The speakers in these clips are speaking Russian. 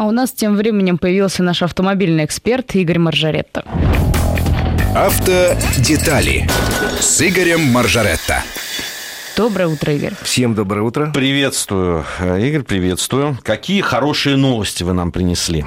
А у нас тем временем появился наш автомобильный эксперт Игорь Маржаретто. Автодетали с Игорем Маржаретто. Доброе утро, Игорь. Всем доброе утро. Приветствую, Игорь, приветствую. Какие хорошие новости вы нам принесли?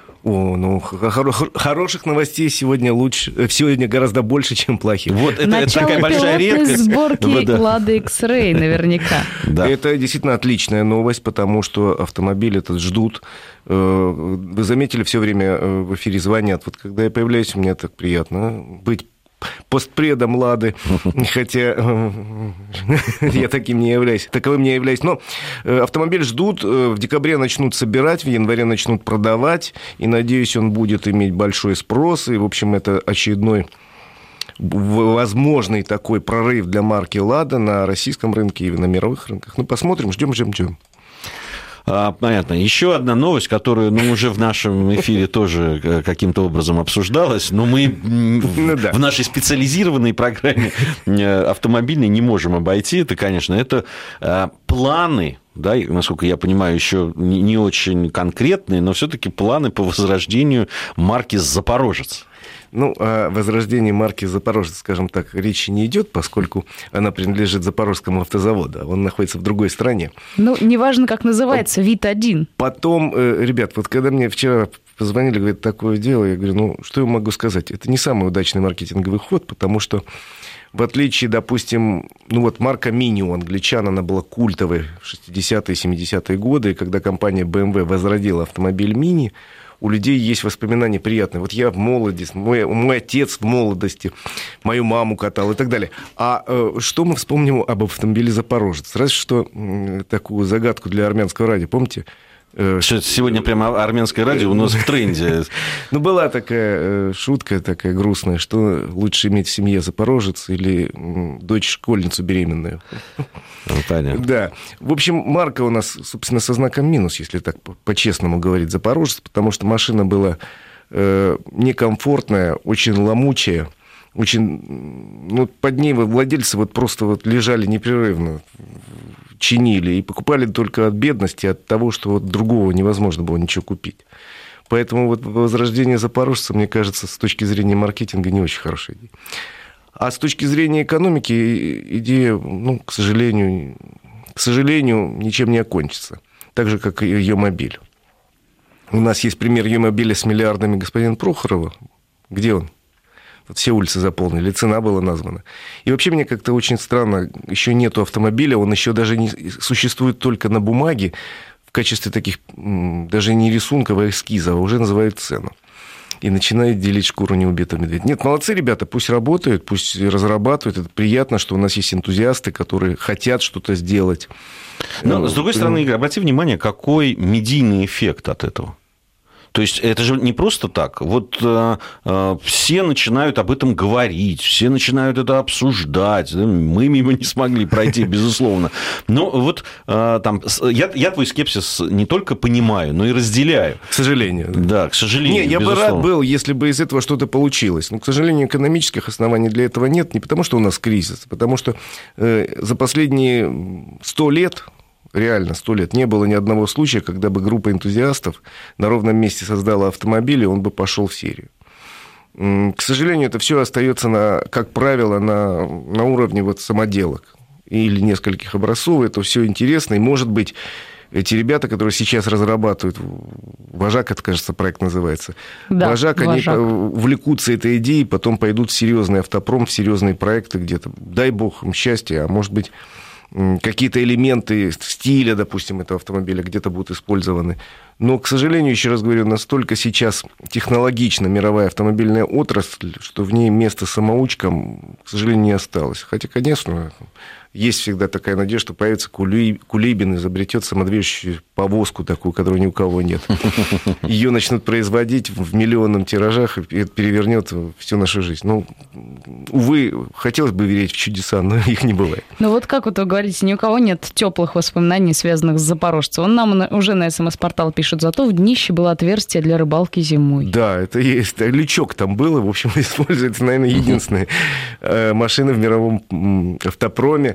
Хороших новостей сегодня гораздо больше, чем плохих. Вот это такая большая редкость. Сборки Лада X-Ray наверняка. Да. Это действительно отличная новость, потому что автомобиль этот ждут. Вы заметили, все время в эфире звонят. Вот когда я появляюсь, мне так приятно быть постпредом Лады, хотя я таким не являюсь, таковым не являюсь. Но автомобиль ждут, в декабре начнут собирать, в январе начнут продавать, и, надеюсь, он будет иметь большой спрос, и, в общем, это очередной возможный такой прорыв для марки «Лада» на российском рынке и на мировых рынках. Ну, посмотрим, ждем. Понятно. Еще одна новость, которая уже в нашем эфире тоже каким-то образом обсуждалась, но мы в нашей специализированной программе автомобильной не можем обойти. Это, конечно, это планы, да, насколько я понимаю, еще не очень конкретные, но все-таки планы по возрождению марки «Запорожец». О возрождении марки «Запорожец», скажем так, речи не идет, поскольку она принадлежит Запорожскому автозаводу, а он находится в другой стране. Неважно, как называется, вид один. Потом, ребят, вот когда мне вчера позвонили, говорят, такое дело, я говорю, что я могу сказать? Это не самый удачный маркетинговый ход, потому что, в отличие, допустим, марка Mini у англичан, она была культовой в 60-е, 70-е годы, и когда компания BMW возродила автомобиль Mini, у людей есть воспоминания приятные. Вот я в молодости, мой отец в молодости, мою маму катал и так далее. А что мы вспомним об автомобиле «Запорожец»? Разве что такую загадку для армянского радио, помните? Сегодня прямо армянское радио у нас в тренде. Была такая шутка, такая грустная, что лучше иметь в семье запорожец или дочь-школьницу беременную. Понятно. Да. В общем, марка у нас, собственно, со знаком минус, если так по-честному говорить, «Запорожец», потому что машина была некомфортная, очень ломучая, очень... под ней владельцы просто лежали непрерывно, чинили и покупали только от бедности, от того, что другого невозможно было ничего купить. Поэтому возрождение «Запорожца», мне кажется, с точки зрения маркетинга не очень хорошая идея. А с точки зрения экономики идея, к сожалению, ничем не окончится. Так же, как и «Е-мобиль». У нас есть пример «Е-мобиля» с миллиардами господина Прохорова. Где он? Все улицы заполнили, цена была названа. И вообще мне как-то очень странно, еще нету автомобиля, он еще даже не существует только на бумаге, в качестве таких, даже не рисунков, а эскизов, а уже называют цену. И начинает делить шкуру неубитого медведя. Нет, молодцы ребята, пусть работают, пусть разрабатывают. Это приятно, что у нас есть энтузиасты, которые хотят что-то сделать. Но, с другой стороны, Игорь, обрати внимание, какой медийный эффект от этого. То есть это же не просто так. Все начинают об этом говорить, все начинают это обсуждать. Мы мимо не смогли пройти, безусловно. Но я твой скепсис не только понимаю, но и разделяю. К сожалению. Да, к сожалению. Я бы рад был, если бы из этого что-то получилось. Но, к сожалению, экономических оснований для этого нет. Не потому, что у нас кризис, а потому что за последние 100 лет... Реально, 100 лет не было ни одного случая, когда бы группа энтузиастов на ровном месте создала автомобиль, и он бы пошел в серию. К сожалению, это все остается, как правило, на уровне самоделок или нескольких образцов. Это все интересно. И, может быть, эти ребята, которые сейчас разрабатывают, «Вожак», это, кажется, проект называется, да, «Вожак», они увлекутся этой идеей, потом пойдут в серьезный автопром, в серьезные проекты где-то. Дай бог им счастья, а может быть... какие-то элементы стиля, допустим, этого автомобиля где-то будут использованы. Но, к сожалению, еще раз говорю, настолько сейчас технологична мировая автомобильная отрасль, что в ней место самоучкам, к сожалению, не осталось. Хотя, конечно, есть всегда такая надежда, что появится Кулибин, изобретет самодвижущую повозку такую, которой ни у кого нет. Ее начнут производить в миллионном тиражах, и это перевернет всю нашу жизнь. Увы, хотелось бы верить в чудеса, но их не бывает. Как вы говорите, ни у кого нет теплых воспоминаний, связанных с Запорожцем. Он нам уже на СМС-портал пишет, зато в днище было отверстие для рыбалки зимой. Да, это есть. Лючок там был, и, в общем, используется, наверное, единственная машина в мировом автопроме,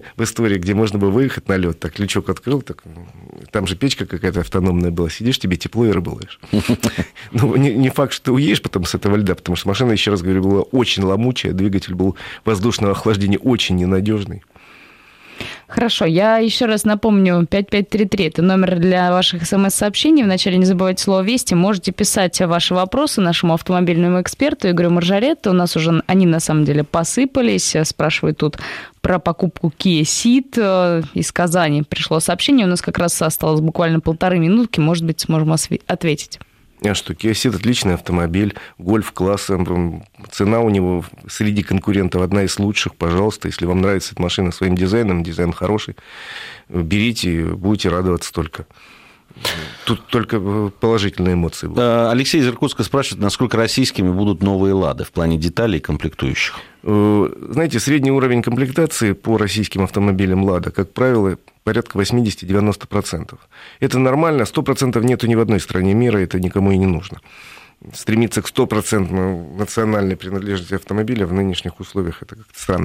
в истории, где можно было выехать на лед, так лючок открыл, так, там же печка какая-то автономная была, сидишь, тебе тепло и рыбу ловишь. Ну, не факт, что ты уедешь потом с этого льда, потому что машина, еще раз говорю, была очень ломучая, двигатель был воздушного охлаждения очень ненадежный. Хорошо, я еще раз напомню, 5533 – это номер для ваших смс-сообщений. Вначале не забывайте слово «Вести». Можете писать ваши вопросы нашему автомобильному эксперту Игорю Маржаретто. У нас уже они, на самом деле, посыпались. Спрашивают тут про покупку Kia Ceed из Казани. Пришло сообщение, у нас как раз осталось буквально 1,5 минутки. Может быть, сможем ответить. А что, Kia Ceed отличный автомобиль, гольф-класса, цена у него среди конкурентов одна из лучших, пожалуйста, если вам нравится эта машина своим дизайном, дизайн хороший, берите, будете радоваться только. Тут только положительные эмоции будут. Алексей из Иркутска спрашивает, насколько российскими будут новые «Лады» в плане деталей и комплектующих? Знаете, средний уровень комплектации по российским автомобилям «Лада», как правило, порядка 80-90%. Это нормально, 100% нету ни в одной стране мира, это никому и не нужно. Стремиться к 100% национальной принадлежности автомобиля в нынешних условиях, это как-то странно.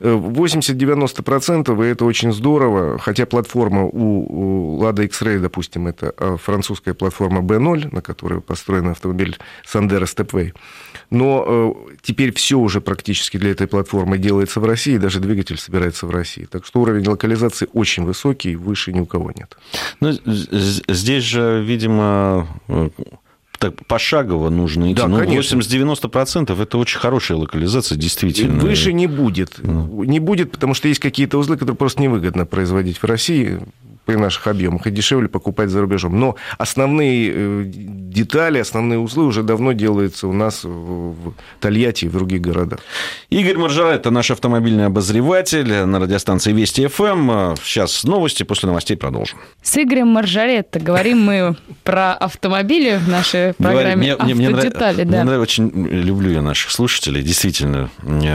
80-90%, и это очень здорово, хотя платформа у Lada X-Ray, допустим, это французская платформа B0, на которой построен автомобиль Sandero Stepway, но теперь все уже практически для этой платформы делается в России, даже двигатель собирается в России. Так что уровень локализации очень высокий, выше ни у кого нет. Ну, здесь же, видимо... Так пошагово нужно идти. Да, ну, 80-90% это очень хорошая локализация, действительно. Выше не будет. Не будет, потому что есть какие-то узлы, которые просто невыгодно производить в России при наших объемах, и дешевле покупать за рубежом. Но основные детали, основные узлы уже давно делаются у нас в Тольятти и в других городах. Игорь Маржаретто, наш автомобильный обозреватель на радиостанции Вести ФМ. Сейчас новости, после новостей продолжим. С Игорем Маржаретто говорим мы про автомобили в нашей программе «Автодетали». Мне нравится, очень люблю я наших слушателей, действительно,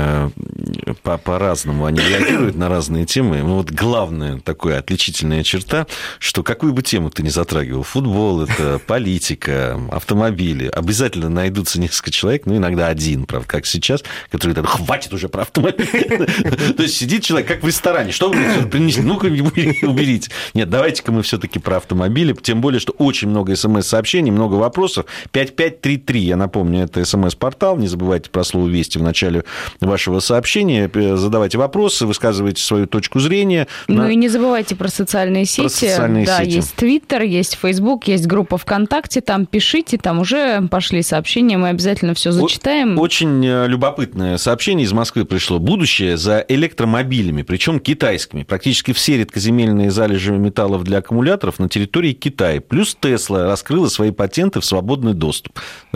по-разному они реагируют на разные темы. Ну, вот главная такая отличительная черта, что какую бы тему ты ни затрагивал, футбол, это политика, автомобили, обязательно найдутся несколько человек, ну, иногда один, правда, как сейчас, который говорит, хватит уже про автомобили. То есть сидит человек, как в ресторане, что вы мне принесли? Ну-ка, уберите. Нет, давайте-ка мы все-таки про автомобили, тем более, что очень много смс-сообщений, много вопросов. 5533, я напомню, это смс-портал, не забывайте про слово «Вести» в начале вашего сообщения, задавайте вопросы, высказывайте свою точку зрения. Ну и не забывайте про социальные сети. Да, есть Твиттер, есть Фейсбук, есть группа ВКонтакте, там пишите, там уже пошли сообщения, мы обязательно все зачитаем. Очень любопытное сообщение из Москвы пришло. Будущее за электромобилями, причем китайскими. Практически все редкоземельные залежи металлов для аккумуляторов на территории Китая. Плюс Тесла раскрыла свои патенты в свободный доступ.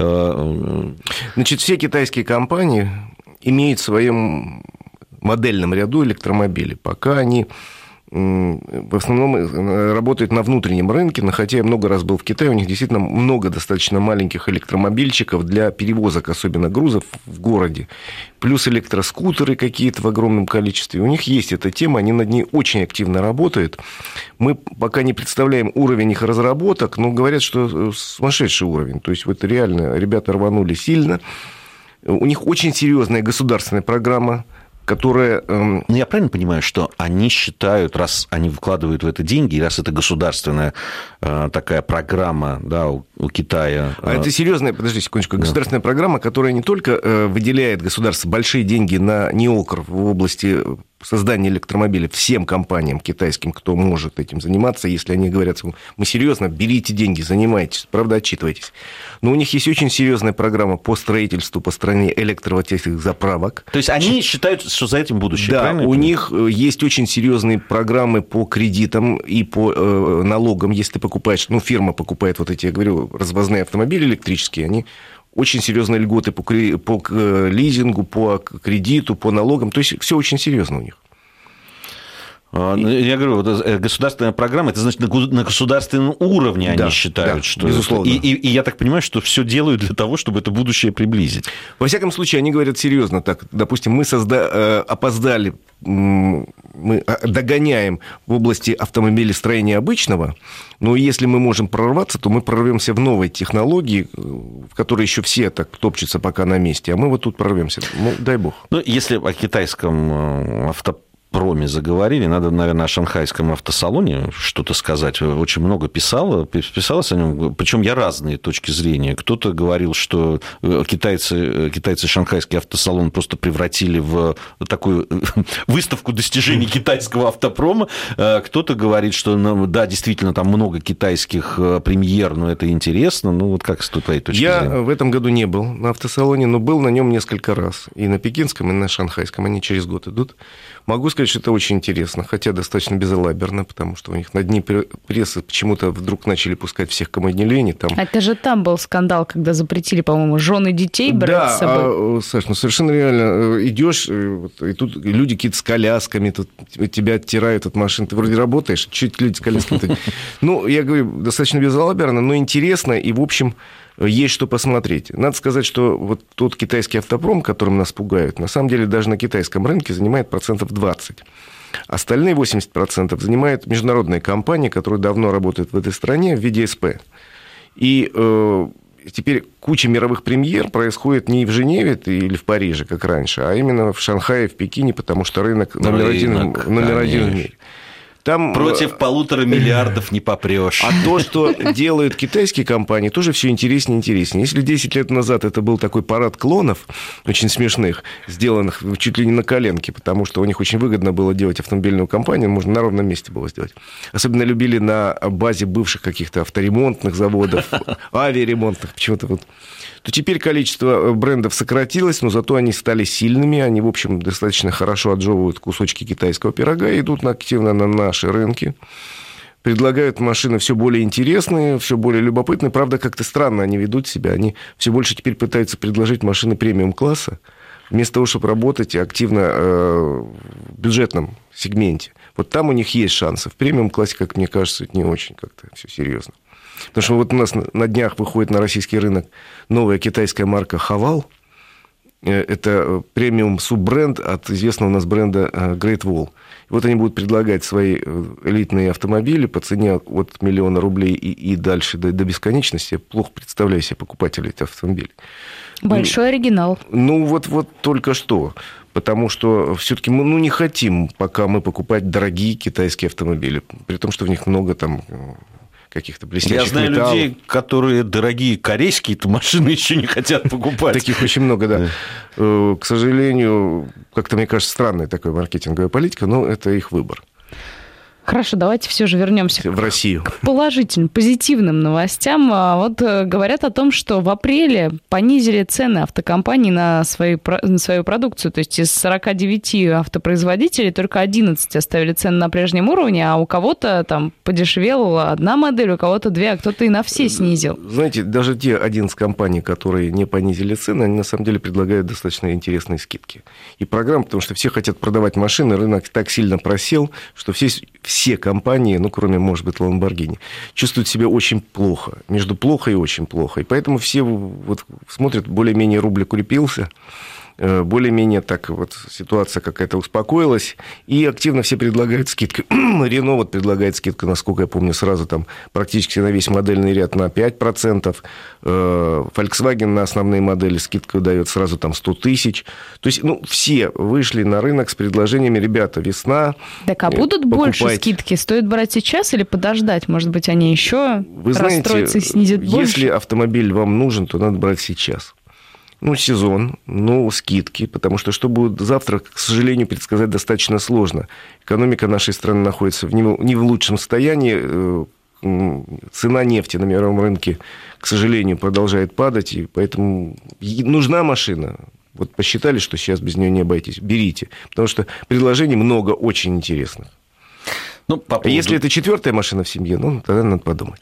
Значит, все китайские компании имеют в своем модельном ряду электромобили. Пока они в основном работают на внутреннем рынке, но хотя я много раз был в Китае, у них действительно много достаточно маленьких электромобильчиков для перевозок, особенно грузов в городе, плюс электроскутеры какие-то в огромном количестве. У них есть эта тема, они над ней очень активно работают. Мы пока не представляем уровень их разработок, но говорят, что сумасшедший уровень. То есть вот реально ребята рванули сильно. У них очень серьезная государственная программа, которая... Я правильно понимаю, что они считают, раз они вкладывают в это деньги, и раз это государственная такая программа, да, у Китая... это серьезная, подожди секундочку, государственная программа, которая не только выделяет государство большие деньги на НИОКР в области создания электромобилей всем компаниям китайским, кто может этим заниматься, если они говорят, мы серьезно, берите деньги, занимайтесь, правда, отчитывайтесь. Но у них есть очень серьезная программа по строительству по стране электротехных заправок. То есть они считают, что за этим будущее, да, правильно? У них есть очень серьезные программы по кредитам и по налогам, если ты покупаешь, ну, фирма покупает вот эти, я говорю, развозные автомобили электрические, они очень серьезные льготы по лизингу, по кредиту, по налогам. То есть все очень серьезно у них. Я говорю, вот государственная программа, это значит, на государственном уровне они считают, что... Безусловно. И я так понимаю, что все делают для того, чтобы это будущее приблизить. Во всяком случае, они говорят серьезно так. Допустим, мы опоздали, мы догоняем в области автомобилестроения обычного, но если мы можем прорваться, то мы прорвемся в новой технологии, в которой еще все так топчутся пока на месте, а мы вот тут прорвемся. Ну, дай бог. Ну, если о китайском автопроме заговорили, надо, наверное, о шанхайском автосалоне что-то сказать. Очень много писалось о нем, причем я разные точки зрения. Кто-то говорил, что китайцы шанхайский автосалон просто превратили в такую выставку достижений китайского автопрома. Кто-то говорит, что, да, действительно, там много китайских премьер, но это интересно. Ну, вот как с твоей точки зрения? Я в этом году не был на автосалоне, но был на нем несколько раз. И на пекинском, и на шанхайском. Они через год идут. Могу сказать, что это очень интересно, хотя достаточно безалаберно, потому что у них на дни прессы почему-то вдруг начали пускать всех, кому не лень. Там... Это же там был скандал, когда запретили, по-моему, жены детей брать с собой. Да, Саш, ну совершенно реально. Идешь, и тут люди какие-то с колясками, тут тебя оттирают от машин. Ты вроде работаешь, чуть люди с колясками. Ну, я говорю, достаточно безалаберно, но интересно, и, в общем, есть что посмотреть. Надо сказать, что вот тот китайский автопром, которым нас пугают, на самом деле даже на китайском рынке занимает 20%. Остальные 80% занимают международные компании, которые давно работают в этой стране в виде СП. И теперь куча мировых премьер происходит не в Женеве или в Париже, как раньше, а именно в Шанхае, в Пекине, потому что рынок номер один в мире. Там... Против 1,5 миллиарда не попрешь. А то, что делают китайские компании, тоже все интереснее и интереснее. Если 10 лет назад это был такой парад клонов, очень смешных, сделанных чуть ли не на коленке, потому что у них очень выгодно было делать автомобильную компанию, можно на ровном месте было сделать. Особенно любили на базе бывших каких-то авторемонтных заводов, авиаремонтных, почему-то вот. То теперь количество брендов сократилось, но зато они стали сильными, они, в общем, достаточно хорошо отжевывают кусочки китайского пирога и идут активно на наши рынки, предлагают машины все более интересные, все более любопытные. Правда, как-то странно они ведут себя, они все больше теперь пытаются предложить машины премиум-класса, вместо того, чтобы работать активно в бюджетном сегменте. Вот там у них есть шансы. В премиум-классе, как мне кажется, это не очень как-то все серьезно. Потому что вот у нас на днях выходит на российский рынок новая китайская марка «Хавал». Это премиум-суббренд от известного у нас бренда Great Wall. И вот они будут предлагать свои элитные автомобили по цене от 1 миллиона рублей и дальше до бесконечности. Я плохо представляю себе покупателей этих автомобилей. Большой оригинал. Ну, вот только что. Потому что все-таки мы не хотим пока мы покупать дорогие китайские автомобили. При том, что в них много там... каких-то блестящих металлов. Я знаю людей, которые дорогие корейские-то машины еще не хотят покупать. Таких очень много, да. К сожалению, как-то, мне кажется, странная такая маркетинговая политика, но это их выбор. Хорошо, давайте все же вернемся в Россию. К положительным, позитивным новостям. Вот говорят о том, что в апреле понизили цены автокомпаний на свою продукцию. То есть из 49 автопроизводителей только 11 оставили цены на прежнем уровне, а у кого-то там подешевела одна модель, у кого-то две, а кто-то и на все снизил. Знаете, даже те 11 компаний, которые не понизили цены, они на самом деле предлагают достаточно интересные скидки. И программы, потому что все хотят продавать машины, рынок так сильно просел, что все компании, ну, кроме, может быть, Lamborghini, чувствуют себя очень плохо, между плохо и очень плохо. И поэтому все вот смотрят, более-менее рубль укрепился, более-менее так вот ситуация какая-то успокоилась, и активно все предлагают скидки. Рено вот предлагает скидку, насколько я помню, сразу там практически на весь модельный ряд на 5%. Volkswagen на основные модели скидку дает сразу там 100 тысяч. То есть, ну, все вышли на рынок с предложениями, ребята, весна. Так, а будут больше скидки? Стоит брать сейчас или подождать? Может быть, они еще расстроятся и снизят больше? Если автомобиль вам нужен, то надо брать сейчас. Ну, сезон, ну, скидки, потому что что будет завтра, к сожалению, предсказать достаточно сложно. Экономика нашей страны находится не в лучшем состоянии, цена нефти на мировом рынке, к сожалению, продолжает падать, и поэтому нужна машина. Вот посчитали, что сейчас без нее не обойтись, берите, потому что предложений много очень интересных. Ну, по поводу... Если это 4-я машина в семье, ну, тогда надо подумать.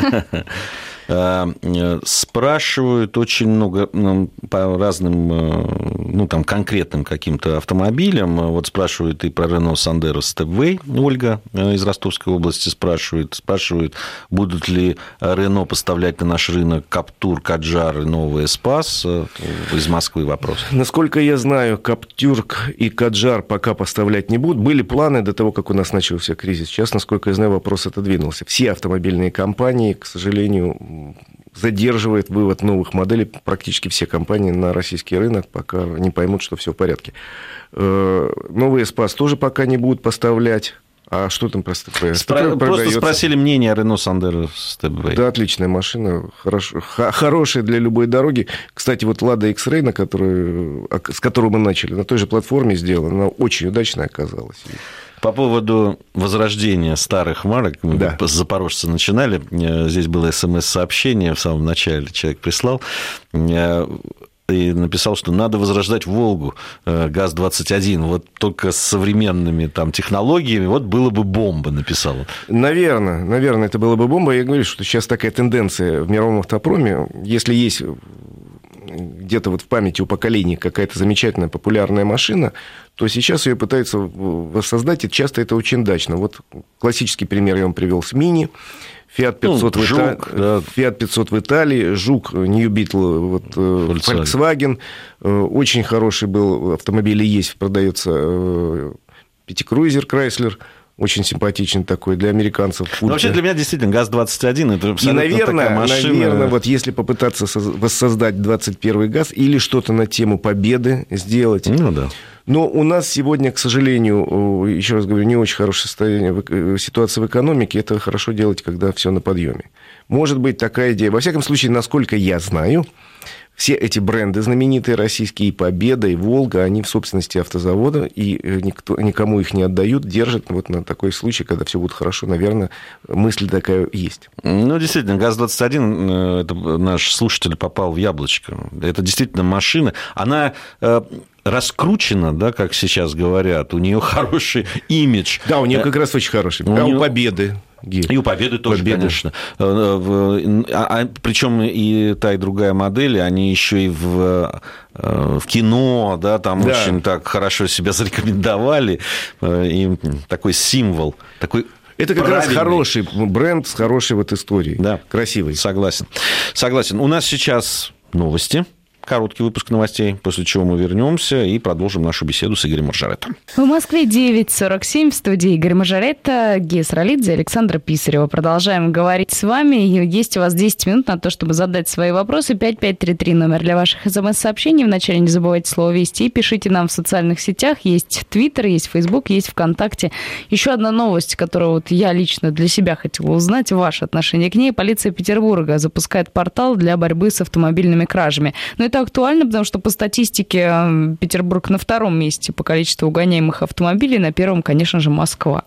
Спрашивают очень много по разным, ну, там, конкретным каким-то автомобилям. Вот спрашивают и про Renault Sandero Stepway. Ольга из Ростовской области спрашивает, будут ли Renault поставлять на наш рынок Captur, Kadjar и новый Espace. Из Москвы вопрос. Насколько я знаю, Captur и Kadjar пока поставлять не будут. Были планы до того, как у нас начался кризис. Сейчас, насколько я знаю, вопрос отодвинулся. Все автомобильные компании, к сожалению, задерживает вывод новых моделей практически все компании на российский рынок, пока не поймут, что все в порядке. Новый S-Pass тоже пока не будут поставлять. А что там просто спросили мнение о Renault Sandero Stepway. Да, отличная машина, хорошая для любой дороги. Кстати, вот Lada X-Ray, с которой мы начали, на той же платформе сделана, она очень удачная оказалась. По поводу возрождения старых марок, мы с запорожца начинали, здесь было СМС-сообщение в самом начале, человек прислал, и написал, что надо возрождать «Волгу» ГАЗ-21. Вот только с современными там технологиями, вот было бы бомба, написал. Наверное, это было бы бомба. Я говорю, что сейчас такая тенденция в мировом автопроме. Если есть где-то вот в памяти у поколений какая-то замечательная популярная машина, то сейчас ее пытаются воссоздать, и часто это очень удачно. Вот классический пример я вам привел с Мини. Fiat 500 в Италии, Жук, New Beetle, Volkswagen. Очень хороший был автомобиль, и есть, продается Пятикруизер Chrysler. Очень симпатичный такой для американцев. Вообще для меня действительно ГАЗ-21 это абсолютно такая машина. Наверное, вот если попытаться воссоздать 21 ГАЗ или что-то на тему Победы сделать. Да. Но у нас сегодня, к сожалению, еще раз говорю, не очень хорошая ситуация в экономике. Это хорошо делать, когда все на подъеме. Может быть такая идея. Во всяком случае, насколько я знаю, все эти бренды знаменитые российские, и Победа, и Волга, они в собственности автозавода, и никому их не отдают, держат вот на такой случай, когда все будет хорошо, наверное, мысль такая есть. Ну, действительно, ГАЗ-21, это наш слушатель попал в яблочко. Это действительно машина, она раскручена, да, как сейчас говорят, у нее хороший имидж. Да, у нее как раз очень хороший. У Победы. И у Победы тоже, конечно. Причем и та, и другая модель, они еще и в кино, да, там очень так хорошо себя зарекомендовали. И такой символ, такой. Это как раз хороший бренд с хорошей вот историей. Да. Красивый. Согласен. У нас сейчас новости. Короткий выпуск новостей, после чего мы вернемся и продолжим нашу беседу с Игорем Маржаретто. В Москве 9:47, в студии Игорь Маржаретто, Гия Саралидзе, Александра Писарева. Продолжаем говорить с вами. Есть у вас 10 минут на то, чтобы задать свои вопросы. 5533 номер для ваших СМС-сообщений. Вначале не забывайте слово «Вести» и пишите нам в социальных сетях. Есть Твиттер, есть Фейсбук, есть ВКонтакте. Еще одна новость, которую вот я лично для себя хотела узнать, ваше отношение к ней. Полиция Петербурга запускает портал для борьбы с автомобильными кражами. Но это актуально, потому что по статистике Петербург на втором месте по количеству угоняемых автомобилей, на первом, конечно же, Москва.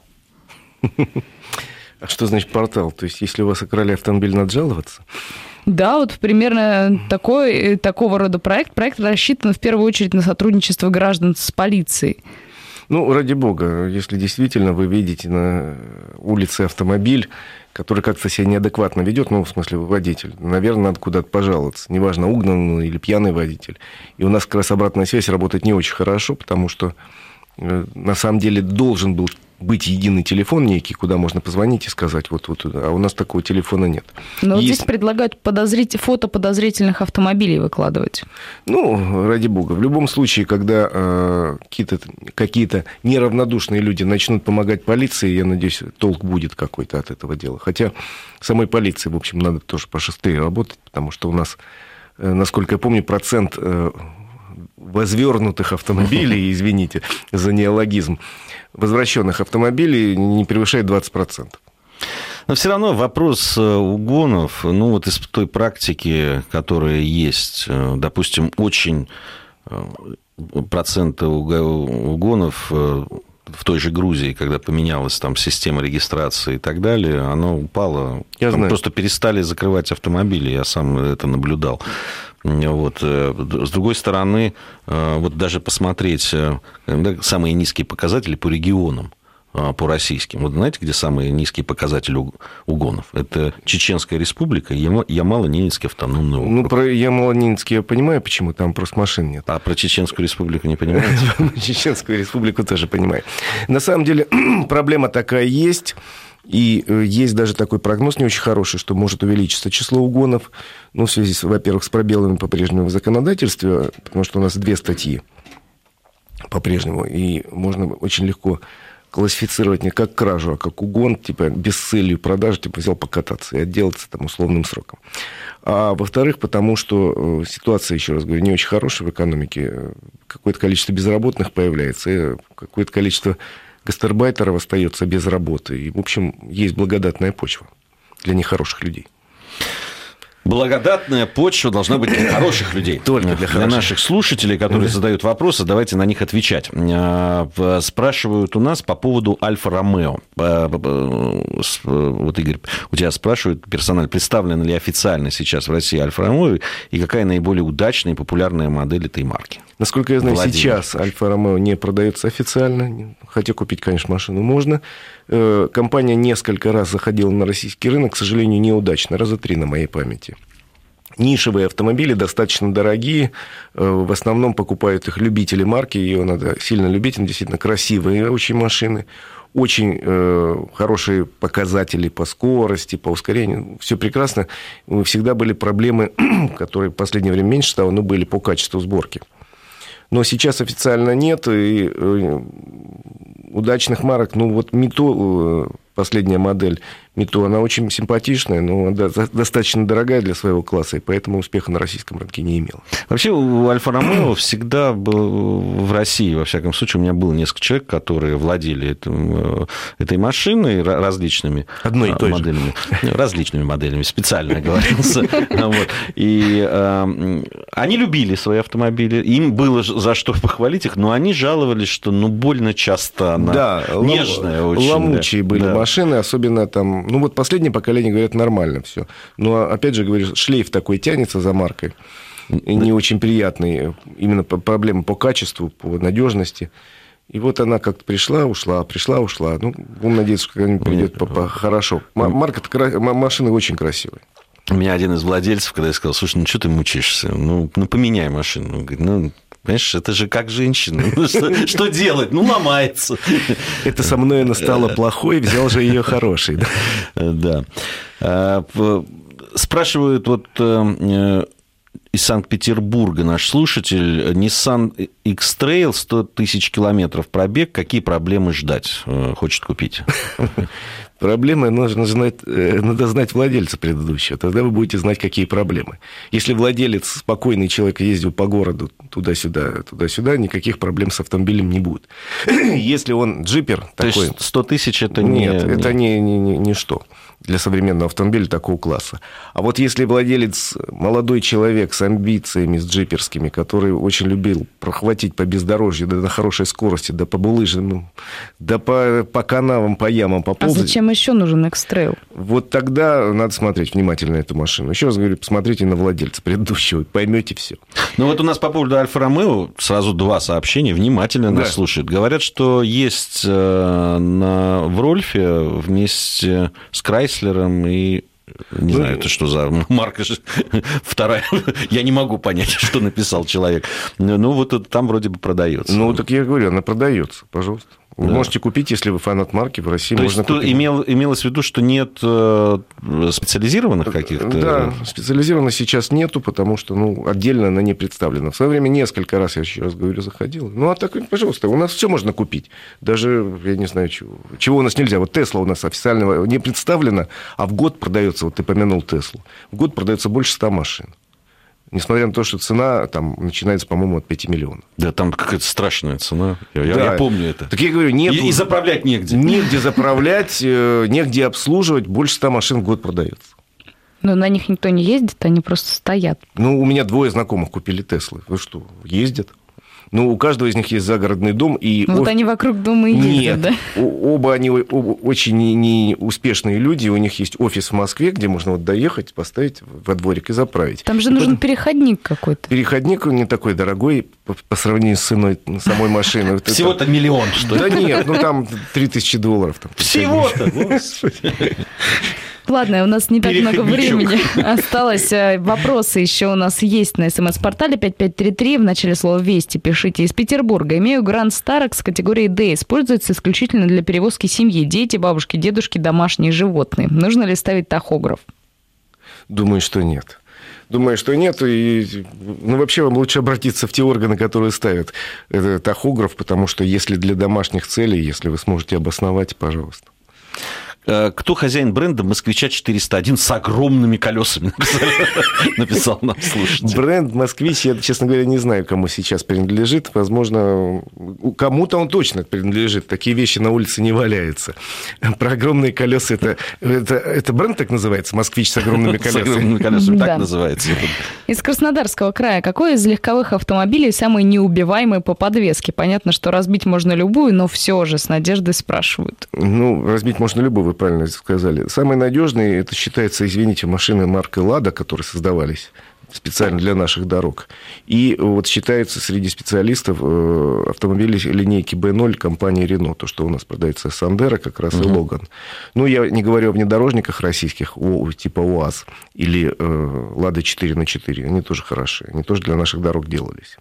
А что значит портал? То есть, если у вас украли автомобиль, надо жаловаться? Да, вот примерно такого рода проект. Проект рассчитан в первую очередь на сотрудничество граждан с полицией. Ну, ради бога, если действительно вы видите на улице автомобиль, который как-то себя неадекватно ведет, ну, в смысле, водитель, наверное, надо куда-то пожаловаться. Неважно, угнанный или пьяный водитель. И у нас как раз обратная связь работает не очень хорошо, потому что на самом деле должен был быть единый телефон некий, куда можно позвонить и сказать вот, а у нас такого телефона нет. Но вот здесь предлагают фото подозрительных автомобилей выкладывать. Ну, ради бога. В любом случае, когда какие-то неравнодушные люди начнут помогать полиции, я надеюсь, толк будет какой-то от этого дела. Хотя самой полиции, в общем, надо тоже пошустрее работать, потому что у нас, насколько я помню, процент возвернутых автомобилей, извините за неологизм, возвращенных автомобилей не превышает 20%. Но все равно вопрос угонов, ну вот из той практики, которая есть, допустим, очень проценты угонов в той же Грузии, когда поменялась там система регистрации и так далее, оно упало. Просто перестали закрывать автомобили, я сам это наблюдал. Вот. С другой стороны, вот даже посмотреть самые низкие показатели по регионам, по российским. Вот знаете, где самые низкие показатели угонов? Это Чеченская Республика и Ямало-Ненецкий автономный округ. Ну, про Ямало-Ненецкий я понимаю, почему там просто машин нет. А про Чеченскую Республику не понимаете? Чеченскую Республику тоже понимаю. На самом деле, проблема такая есть. И есть даже такой прогноз не очень хороший, что может увеличиться число угонов, ну, в связи, во-первых, с пробелами по-прежнему в законодательстве, потому что у нас 2 статьи по-прежнему, и можно очень легко классифицировать не как кражу, а как угон, типа без целью продажи, типа взял покататься и отделаться там условным сроком. А во-вторых, потому что ситуация, еще раз говорю, не очень хорошая в экономике. Какое-то количество безработных появляется, и какое-то количество гастарбайтеров остается без работы. И, в общем, есть благодатная почва для нехороших людей. Благодатная почва должна быть для хороших людей. Только для наших слушателей, которые задают вопросы, давайте на них отвечать. Спрашивают у нас по поводу Альфа-Ромео. Вот, Игорь, у тебя спрашивают, персонально, представлена ли официально сейчас в России Альфа-Ромео и какая наиболее удачная и популярная модель этой марки? Насколько я знаю, сейчас Альфа-Ромео не продается официально, хотя купить, конечно, машину можно. Компания несколько раз заходила на российский рынок, к сожалению, неудачно, раза 3 на моей памяти. Нишевые автомобили достаточно дорогие, в основном покупают их любители марки, ее надо сильно любить, они действительно красивые очень машины, очень хорошие показатели по скорости, по ускорению, все прекрасно. Всегда были проблемы, которые в последнее время меньше стало, но были по качеству сборки. Но сейчас официально нет, и удачных марок, ну вот Мито, последняя модель Мито, она очень симпатичная, но достаточно дорогая для своего класса, и поэтому успеха на российском рынке не имела. Вообще у Альфа-Ромео всегда был в России, во всяком случае, у меня было несколько человек, которые владели этой машиной различными одной и той моделями. Различными моделями, специально оговорился. И они любили свои автомобили, им было за что похвалить их, но они жаловались, что больно часто она нежная очень. Ломучие были машины, особенно там... Ну, вот последнее поколение, говорят, нормально все. Но, опять же, говорю, шлейф такой тянется за маркой. И не очень приятный. Именно проблемы по качеству, по надежности. И вот она как-то пришла, ушла. Ну, будем надеяться, что когда-нибудь придет хорошо. Машины очень красивые. У меня один из владельцев, когда я сказал, слушай, ну, что ты мучаешься? Ну, поменяй машину. Он говорит, понимаешь, это же как женщина. Что делать? Ломается. Это со мной она стала плохой, взял же ее хорошей. Да. Спрашивают вот из Санкт-Петербурга наш слушатель. Nissan X-Trail, 100 тысяч километров пробег. Какие проблемы ждать? Хочет купить. Проблемы надо знать владельца предыдущего. Тогда вы будете знать, какие проблемы. Если владелец, спокойный человек, ездил по городу туда-сюда, никаких проблем с автомобилем не будет. Если он джипер такой... То есть 100 тысяч это Нет, это не что для современного автомобиля такого класса. А вот если владелец, молодой человек с амбициями, с джиперскими, который очень любил прохватить по бездорожью, да на хорошей скорости, да по булыжам, да по канавам, по ямам поползать. А зачем еще нужен X-Trail? Вот тогда надо смотреть внимательно эту машину. Еще раз говорю, посмотрите на владельца предыдущего, поймете все. Ну вот у нас по поводу Альфа-Ромео сразу 2 сообщения, внимательно нас слушают. Говорят, что есть в Рольфе вместе с Крайслером и... Не знаю, это что за марка вторая. Я не могу понять, что написал человек. Ну, вот там вроде бы продается. Ну, так я говорю, она продается, пожалуйста. Вы можете купить, если вы фанат марки, в России то можно купить. Имелось в виду, что нет специализированных каких-то? Да, специализированных сейчас нету, потому что отдельно она не представлена. В свое время несколько раз, я еще раз говорю, заходил. Ну, а так, пожалуйста, у нас все можно купить. Даже, я не знаю, чего у нас нельзя. Вот Тесла у нас официально не представлена, а в год продается, вот ты помянул Теслу, в год продается больше 100 машин. Несмотря на то, что цена там начинается, по-моему, от 5 миллионов. Да, там какая-то страшная цена. Я помню это. Так я говорю, нет. И заправлять негде. Негде заправлять, негде обслуживать. Больше 100 машин в год продается. Но на них никто не ездит, они просто стоят. У меня 2 знакомых купили Теслы. Вы что, ездят? У каждого из них есть загородный дом. И вот они вокруг дома и ездят, да? Оба они очень неуспешные люди. У них есть офис в Москве, где можно доехать, поставить во дворик и заправить. Там же нужен переходник какой-то. Переходник не такой дорогой по сравнению с ценой самой машины. Всего-то миллион, что ли? Да нет, там $3000. Всего-то? Господи. Ладно, у нас не так много времени осталось. Вопросы еще у нас есть на СМС-портале 5533. В начале слова «Вести» пишите: из Петербурга. Имею Гранд Старекс категории D. Используется исключительно для перевозки семьи. Дети, бабушки, дедушки, домашние животные. Нужно ли ставить тахограф? Думаю, что нет. Думаю, что нет. И, вообще вам лучше обратиться в те органы, которые ставят этот тахограф, потому что если для домашних целей, если вы сможете обосновать, пожалуйста. Кто хозяин бренда «Москвича 401» с огромными колесами? Написал нам слушатель. Бренд «Москвич», я, честно говоря, не знаю, кому сейчас принадлежит. Возможно, кому-то он точно принадлежит. Такие вещи на улице не валяются. Про огромные колеса это бренд так называется? «Москвич» с огромными колесами? С огромными колесами, так называется. Из Краснодарского края. Какой из легковых автомобилей самый неубиваемый по подвеске? Понятно, что разбить можно любую, но все же с надеждой спрашивают. Разбить можно любую, вы правильно сказали. Самый надежный, это считается, извините, машины марки «Лада», которые создавались специально для наших дорог. И вот считается среди специалистов автомобили линейки B0 компании «Рено», то, что у нас продается «Сандеро», как раз и «Логан». Я не говорю о внедорожниках российских, типа УАЗ или «Лада 4х4». Они тоже хорошие, они тоже для наших дорог делались.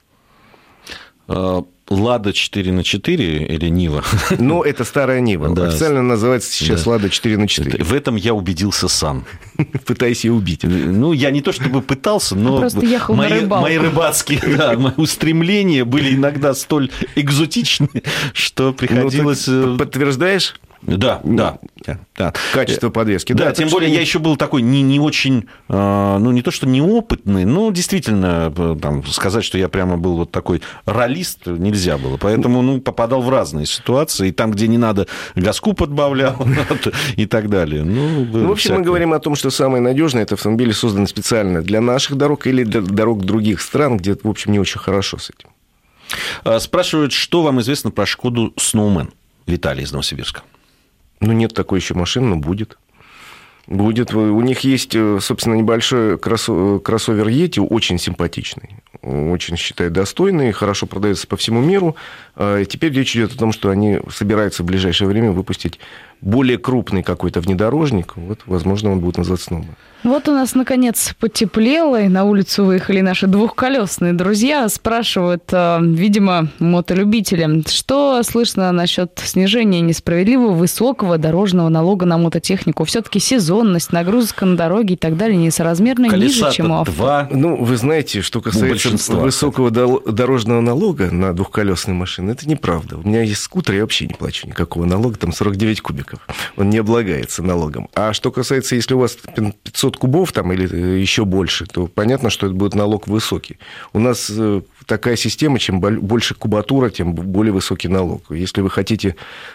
«Лада 4х4» или «Нива»? Это старая «Нива». Да. Официально называется сейчас «Лада 4х4». В этом я убедился сам. Пытаясь ее убить. Я не то чтобы пытался, но мои рыбацкие мои устремления были иногда столь экзотичны, что приходилось... Подтверждаешь? Да. Качество подвески. Да, тем более я еще был такой не очень, не то что неопытный, но действительно, сказать, что я прямо был вот такой раллист, нельзя было. Поэтому, попадал в разные ситуации, и там, где не надо, газку подбавлял и так далее. В общем, мы говорим о том, что самые надежные это автомобили созданы специально для наших дорог или для дорог других стран, где, в общем, не очень хорошо с этим. Спрашивают, что вам известно про «Шкоду Сноумен»? Виталий из Новосибирска. Нет такой еще машины, но будет. Будет. У них есть, собственно, небольшой кроссовер Yeti, очень симпатичный, очень, считаю, достойный, хорошо продается по всему миру. Теперь речь идет о том, что они собираются в ближайшее время выпустить более крупный какой-то внедорожник. Возможно, он будет называться «Сноумен». Вот у нас, наконец, потеплело, и на улицу выехали наши двухколесные друзья. Спрашивают, видимо, мотолюбители, что слышно насчет снижения несправедливо высокого дорожного налога на мототехнику? Все-таки сезонность, нагрузка на дороге и так далее несоразмерно ниже, чем у авто. Вы знаете, что касается высокого дорожного налога на двухколесные машины, это неправда. У меня есть скутер, я вообще не плачу никакого налога, там 49 кубиков. Он не облагается налогом. А что касается, если у вас 500 кубов там, или еще больше, то понятно, что это будет налог высокий. У нас такая система, чем больше кубатура, тем более высокий налог. Если вы хотите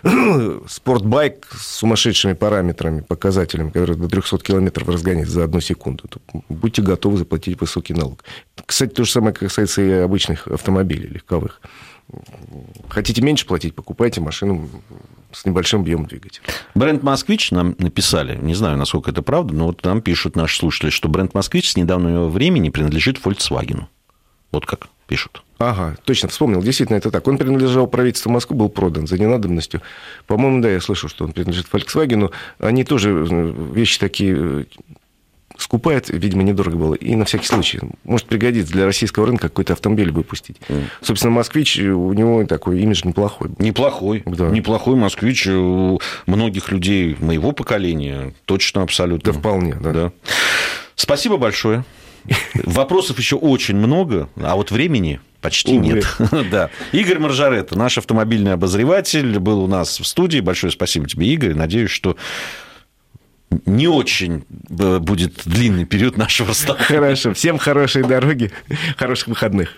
спортбайк с сумасшедшими параметрами, показателями, который до 300 километров разгоняется за 1 секунду, то будьте готовы заплатить высокий налог. Кстати, то же самое касается и обычных автомобилей легковых. Хотите меньше платить, покупайте машину с небольшим объемом двигателя. Бренд «Москвич» нам написали, не знаю, насколько это правда, но вот нам пишут наши слушатели, что бренд «Москвич» с недавнего времени принадлежит Volkswagen. Вот как пишут. Ага, точно, вспомнил. Действительно, это так. Он принадлежал правительству Москвы, был продан за ненадобностью. По-моему, да, я слышал, что он принадлежит Volkswagen. Они тоже вещи такие скупают, видимо, недорого было. И на всякий случай, может пригодится для российского рынка какой-то автомобиль выпустить. Собственно, «Москвич», у него такой имидж неплохой. Неплохой. Да. Неплохой «Москвич» у многих людей моего поколения. Точно, абсолютно. Да, вполне, да. Спасибо большое. Вопросов еще очень много, а вот времени почти нет. Да. Игорь Маржаретта, наш автомобильный обозреватель, был у нас в студии. Большое спасибо тебе, Игорь. Надеюсь, что не очень будет длинный период нашего расставания. Хорошо. Всем хорошей дороги, хороших выходных.